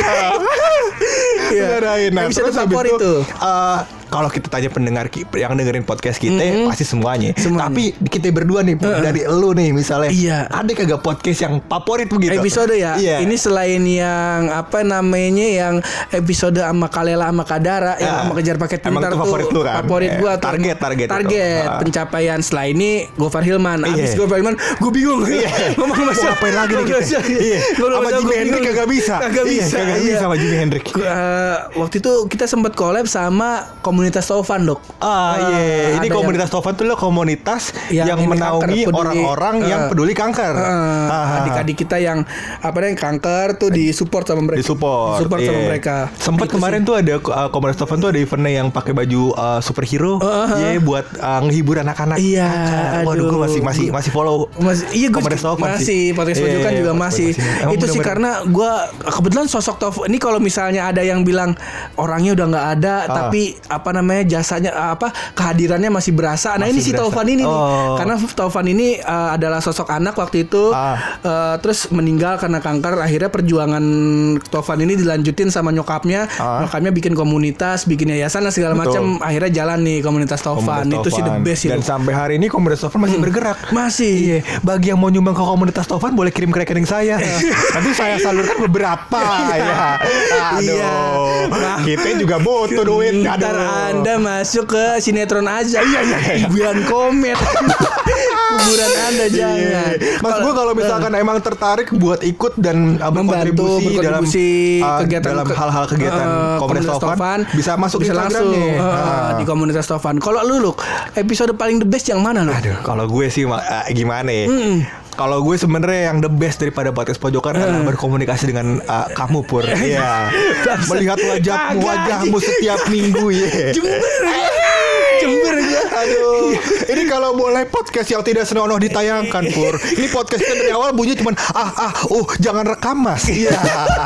Iya. Ngarahin. Nah, Episode terus habis favorit itu, tuh. eh, kalau kita tanya pendengar ki- yang dengerin podcast kita pasti semuanya. Semuanya. Tapi kita berdua nih dari elu nih misalnya. Iya. Ada kagak podcast yang favorit begitu? Episode ya. Iya. Ini selain yang apa namanya yang episode sama Kalela sama Kadara yang Ah. sama kejar paket Emang pintar itu tuh. favorit lu kan? Favorit Eh, gua tuh. target, target itu. Target Ah. pencapaian. Setelah ini Gofar Hilman. Abis Iya. Gofar Hilman gue bingung. Iya. Ngomong Mau ngapain lagi nih kita? Iya. Sama Jimi Hendrix kagak bisa. Kagak Iya, bisa. kagak iya. bisa sama Jimi Hendrix. Gua, uh, waktu itu kita sempat collab sama komunitas Taufan dok. Ah iya, ini ada komunitas Taufan tuh lo komunitas Yang yang, ini menaungi kanker, peduli. orang-orang yang Eh. peduli kanker. Uh, Ah, ah. adik-adik kita yang apa namanya kanker tuh di support sama mereka. Di support, Support sama iya. mereka. Sempat Itu kemarin sih. tuh ada uh, komunitas Taufan tuh ada eventnya yang pakai baju uh, superhero, iya buat uh, ngehibur anak-anak. Iya, Kaca. Waduh, aduh. gue masih masih masih follow. Masih, iya gue Komunitas Taufan masih sih. podcast Iya, pojokan iya, juga podcast masih. pojokan masih. Emang Itu sih bener-bener. karena gue kebetulan sosok Taufan ini kalau misalnya ada yang bilang orangnya udah nggak ada, Ah. tapi apa namanya jasanya apa kehadirannya masih berasa. Nah Masih ini si berasa. Taufan ini nih, Oh. karena Taufan ini uh, adalah sosok anak waktu itu, Ah. uh, terus meninggal karena kanker. Akhirnya perjuangan Taufan ini dilanjutin sama nyokapnya. Ah. Nyokapnya bikin komunitas, bikin yayasan dan segala Betul. macam. Akhirnya jalan nih komunitas Taufan. Komunitas Itu sih the Taufan. best sih. Dan Dok. sampai hari ini komunitas Taufan masih bergerak. Masih. Iya, bagi yang mau nyumbang ke komunitas Taufan boleh kirim ke rekening saya. Nanti saya salurkan beberapa ya. Aduh. Iya. Nah. Kita juga butuh duit. Ntar Aduh. Anda masuk ke sinetron aja. Iya iya iya. Kuburan komet. Kuburan Anda jangan. Iya. Mas gue kalau misalkan emang tertarik buat ikut dan uh, Membantu, berkontribusi dalam berkontribusi uh, kegiatan dalam ke- hal-hal kegiatan eh, komunitas Taufan, bisa masuk bisa langsung Instagramnya. eh, Ah. di komunitas Taufan. Kalau lu Luk, episode paling the best yang mana lu? Aduh, kalau gue sih ma- uh, gimana ya? Kalau gue sebenarnya yang the best daripada podcast pojokan adalah berkomunikasi dengan uh, kamu Pur. Iya. Melihat wajahmu, Kagak, wajahmu setiap minggu ya. Jember ya. Jember ya. Aduh, ini kalau boleh podcast yang tidak senonoh ditayangkan Pur. Ini podcast kita dari awal bunyi cuman ah ah oh jangan rekam Mas. Iya.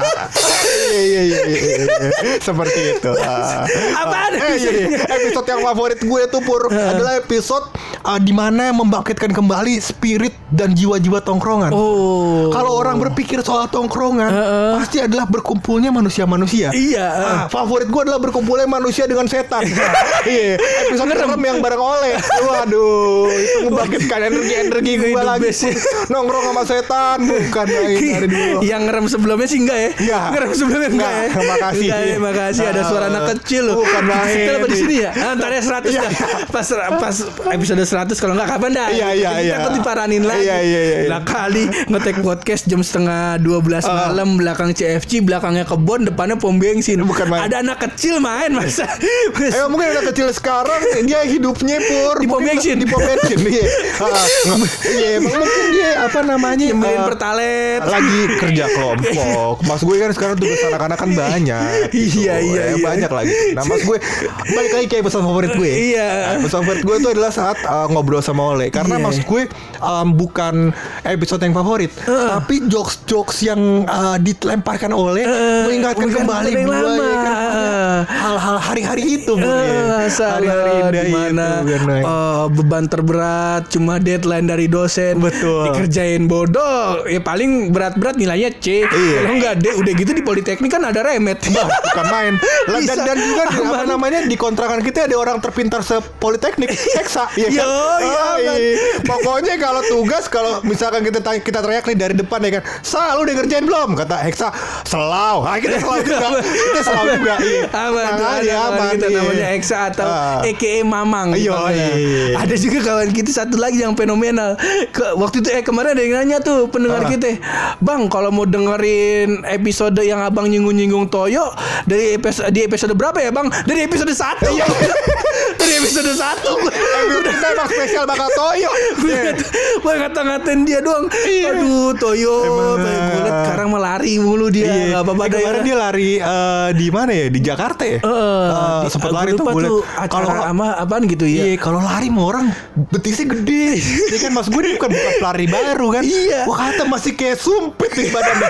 Iya iya iya. iya. Seperti itu. Ah. Apaan Eh, iya, iya. Episode yang favorit gue tuh Pur adalah episode uh, di mana membangkitkan kembali spirit dan jiwa-jiwa tongkrongan. Oh. Kalau orang berpikir soal tongkrongan, pasti adalah berkumpulnya manusia-manusia. Iya. Ah, favorit gue adalah berkumpulnya manusia dengan setan. Iya. Episode serem yang bareng oleh. Waduh, itu membangkitkan energi-energi gue The lagi. best ya. Nongkrong sama setan bukan main dari dulu. Yang ngerem sebelumnya sih enggak ya? Iya. Ngerem sebelumnya enggak, Enggak, ya? makasih makasih. Sekali, makasih ada suara anak kecil loh. Bukan main. Setel apa di sini ya? Antar ya seratus dah. Pas pas episode seratus kalau enggak kapan dah. Iya iya iya. Takut diparanin lagi. Iya iya iya. Lah kali ngetek podcast jam setengah dua belas malam, belakang C F C, belakangnya kebon, depannya pom bensin. Bukan main. Ada anak kecil main masa. Eh mungkin anak kecil sekarang dia hidupnya pur Di pom mungkin bensin. Di pom bensin. Iya. Ah, Iya emang mungkin dia apa namanya Nyembelin eh, pertalet. lagi kerja kelompok. Mas gue kan sekarang tugas anak-anak kan banyak. gitu. Iya, iya, Eh, iya. Banyak lagi. Nah mas gue balik lagi kayak episode favorit gue. Iya. Nah, episode favorit gue itu adalah saat uh, ngobrol sama Ole. Karena Iya. mas gue um, bukan episode yang favorit, tapi jokes-jokes yang uh, dilemparkan Ole mengingatkan mengingatkan kembali yang gue lama. ya kan, pada hal-hal hari-hari itu. Bro, ya. Eh, Hari-hari salah indah di mana itu, kan, Nay. eh, beban terberat cuma deadline dari dosen. Betul. Dikerjain bodoh, ya paling berat-berat nilainya C. Iya. Kalau enggak D, udah gitu di Politeknik kan ada remet. Bah, bukan main. Lah, dan, Bisa. dan juga di, apa Aman. namanya di kontrakan kita ada orang terpintar sepoliteknik Heksa ya kan? Yo, iya, Ah, kan? iya. Pokoknya kalau tugas kalau misalkan kita tanya, kita teriak nih dari depan ya kan, "Sa, lu udah ngerjain belum?" Kata Heksa, "Selau." Ah, kita selau juga. Kita selau juga. Iya. Aman tuh, Nah, ada iya, kawan aman, kita iya. namanya Eksa atau Ah. A K A Mamang. Iya, namanya. iya. Ada juga kawan kita satu lagi yang fenomenal. Ke, waktu itu eh kemarin ada yang nanya tuh pendengar Ah. kita, "Bang, kalau mau dengerin episode yang Abang nyinggung-nyinggung Toyo dari episode di episode berapa ya, Bang?" Dari episode satu. Iya. Dari episode satu. Eh, kita emang spesial bakal Toyo. Iya. Gue ngata-ngatain dia doang. Aduh, Toyo, Emang. Toyo kulit sekarang melari mulu dia. Iya. Enggak apa-apa Eh, dah kemarin ya. dia lari eh, di mana ya? Di Jakarta ya? Eh, Eh, di- sempet aku lari tuh lupa gue tuh liat. acara Kalau sama apaan gitu ya. Iya, kalau lari mah orang betisnya gede. Ini kan mas gue ini bukan bukan pelari baru kan. Iya. Wah kata masih kayak sumpit nih badannya.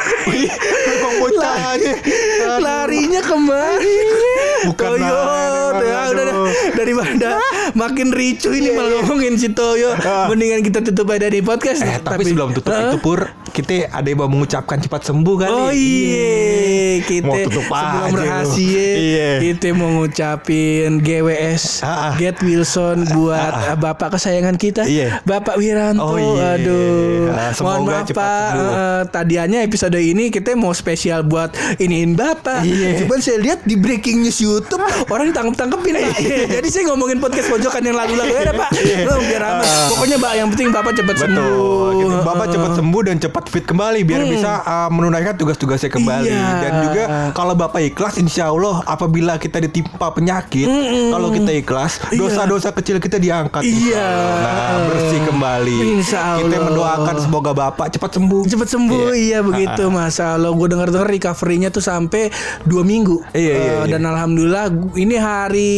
Emang bocah aja. Aduh. Larinya kemari. Bukan Toyo, main, Toyo, aduh. udah dah. Daripada makin ricu ini Iya, malah iya. ngomongin si Toyo. Ah. Mendingan kita tutup aja di podcast. Eh, tapi, sebelum tutup Hah? itu Pur, kita ada yang mau mengucapkan cepat sembuh kali. Oh iya, kita Mau tutup sebelum aja lu. rahasia, Iya. kita mau ngucapin G W S, Ah, ah. Get Wilson buat Ah, ah. bapak kesayangan kita, Iya. Bapak Wiranto. Oh, iya. Aduh, Ah, semoga mohon maaf cepat Pak. sembuh. Eh, tadiannya episode ini kita mau spesial buat iniin bapak. Iya. Cuman saya lihat di breaking news YouTube orang ditangkep-tangkepin Pak. Jadi saya ngomongin podcast pojokan yang lalu-lalu ya Pak. Iya. Loh, biar aman. Pokoknya Pak, yang penting bapak cepat Betul. sembuh. Kita- Bapak Eh, cepat sembuh dan cepat fit kembali biar bisa uh, menunaikan tugas-tugasnya kembali. Iya. Dan juga kalau Bapak ikhlas, insya Allah apabila kita ditimpa penyakit, kalau kita ikhlas, Iya. dosa-dosa kecil kita diangkat. Iya. Nah, bersih kembali. Insya Allah. Kita mendoakan semoga Bapak cepat sembuh. Cepet sembuh, Iya. iya, begitu. Masa lo gue dengar dengar recovery-nya tuh sampai dua minggu. Iya, iya, Eh, iya. Dan alhamdulillah gu- ini hari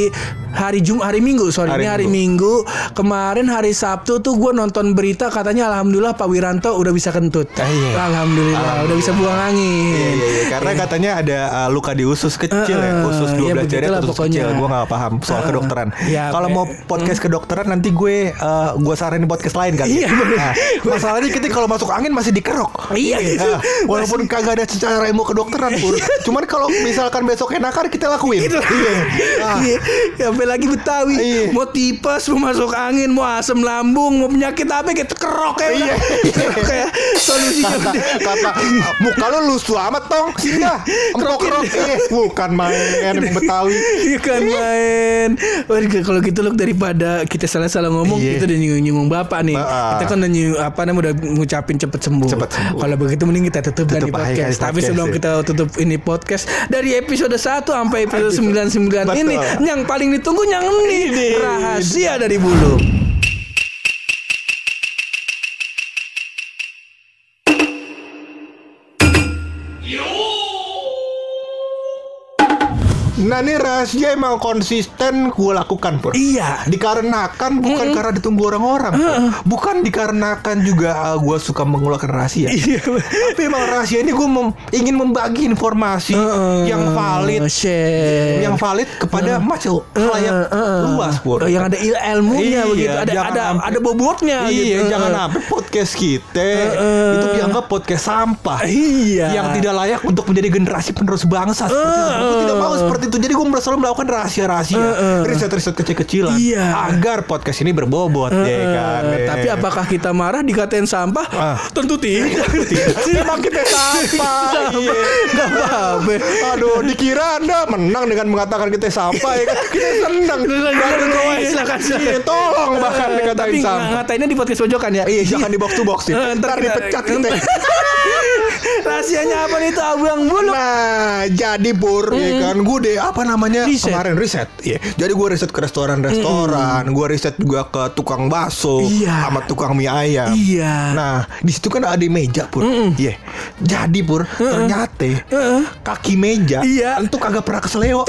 hari Jum hari Minggu, sorry Hari ini hari Minggu. Kemarin hari Sabtu tuh gue nonton berita katanya alhamdulillah Pak Wiranto udah bisa kentut. Ah, iya. Alhamdulillah, udah bisa buang angin. Iya, iya, iya. Karena katanya ada uh, luka di usus kecil ya, Eh, usus iya, dua belas jari begitulah atau usus pokoknya. kecil. Gue nggak paham soal Eh, kedokteran. ya, Kalau be- mau podcast kedokteran nanti gue uh, gue saranin podcast lain kan. Iya, bener. Nah, masalahnya kita kalau masuk angin masih dikerok. Iya, gitu. Nah, walaupun kagak ada secara ilmu kedokteran pun. Cuman kalau misalkan besok enakan kita lakuin. Gitu. Iya. Ah. Iya, apa lagi Betawi, Iya. mau tipes, mau masuk angin, mau asam lambung, mau penyakit apa kayak kerok kayak Iya. udah. Kayak solusinya Kata, udah. kata muka lu lusuh amat tong sini dah empok kerok iya. Bukan main emang Betawi. Iya kan main. Wah, kalau gitu loh daripada kita salah-salah ngomong, Iya. kita udah nyinggung-nyinggung bapak nih. Ah. Kita kan udah nyinggung, apa namanya udah ngucapin cepet sembuh. Cepet sembuh. Kalau begitu mending kita tutup, kan Tutup di aja podcast. kali Tapi podcast, sebelum ya. kita tutup ini podcast dari episode satu sampai episode sembilan puluh sembilan Betul. ini, yang paling ditunggu yang ini Ini. rahasia dari bulu. Nah ini rahasia emang konsisten gue lakukan Pur. Iya. Dikarenakan bukan karena ditunggu orang-orang Pur. Bukan dikarenakan juga uh, gue suka mengeluarkan rahasia. Iya. Tapi emang rahasia ini gue mem- ingin membagi informasi yang valid, share. yang valid kepada masyarakat khalayak luas Pur. Oh, yang ada il- ilmunya Iya, begitu, ada jangan ada sampai- ada bobotnya Iya, gitu. jangan sampai podcast kita itu dianggap podcast sampah. Iya. Yang tidak layak untuk menjadi generasi penerus bangsa seperti itu. Gue tidak mau seperti banget itu. Jadi gue selalu melakukan rahasia-rahasia, Uh, uh. riset-riset kecil-kecilan, Iya. agar podcast ini berbobot, Uh, ya kan. uh, Tapi apakah kita marah dikatain sampah? Ah. Tentu tidak. Emang kita sampah. Iya. Gak apa-apa. Aduh, dikira Anda menang dengan mengatakan kita sampah ya kan? Kita senang. Silakan, silakan, silakan. Iya, tolong bahkan Eh, dikatain Tapi sampah. ngatainnya di podcast pojokan ya. Iya, jangan di box to box sih. Eh, ntar Ntar kita- dipecat kita. Rahasianya apa nih itu abang bulu? Nah, jadi Pur, ya kan, gue deh apa namanya Riset. kemarin riset. Iya. Jadi gue riset ke restoran-restoran, gue riset juga ke tukang bakso, Iya. sama tukang mie ayam. Iya. Nah, di situ kan ada meja Pur. Iya. Jadi Pur, ternyata kaki meja Iya. itu kagak pernah keseleo.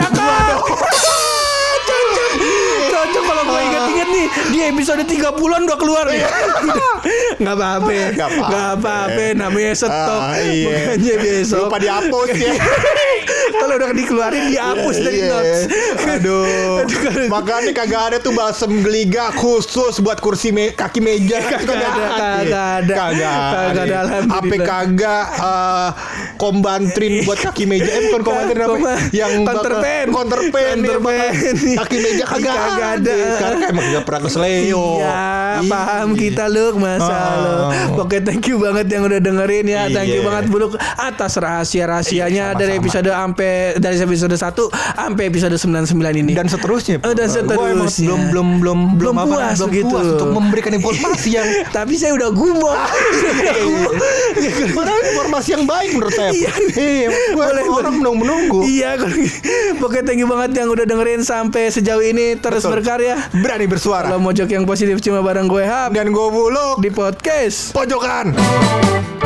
Cocok kalau gue inget-inget nih di episode tiga puluhan udah keluar nih. Nggak apa-apa. Nggak apa-apa. Nggak apa-apa. Namanya stok. Ah, iya. Makanya besok. Lupa dihapus ya. Kalau udah dikeluarin dihapus dari Iya. notes. Aduh. Makanya kagak ada tuh balsam geliga khusus buat kursi me- kaki meja. Kagak ada, kagak ada. Kagak Kagak ada, alhamdulillah. Apa kagak eh, kombantrin buat kaki meja. Eh bukan kombantrin apa? Koma- Yang counterpan. counterpan ya, Counterpan. kaki meja kagak, Kagak ada. Karena emang gak pernah kesleo. Iya, paham kita Luk, masa Ah. lo. Oke, thank you banget yang udah dengerin ya. Thank you Iya. banget Buluk atas rahasia-rahasianya Iya, dari sama-sama. episode sampai dari episode satu sampai episode sembilan puluh sembilan ini. Dan seterusnya. Oh, dan Gua emang seterusnya. belum belum belum Belum apa, puas belum gitu. puas untuk memberikan informasi yang Tapi saya udah gumoh. Padahal informasi yang baik menurut saya. Iya. Iya, gua Boleh, orang boleh. menunggu menunggu. Iya, kalau gitu. Pokoknya thank you banget yang udah dengerin sampai sejauh ini. Terus Betul. berkarya. Berani bersuara. Kalau mojok yang positif cuma bareng gue Hap Dan gue Buluk di podcast. Pojokan.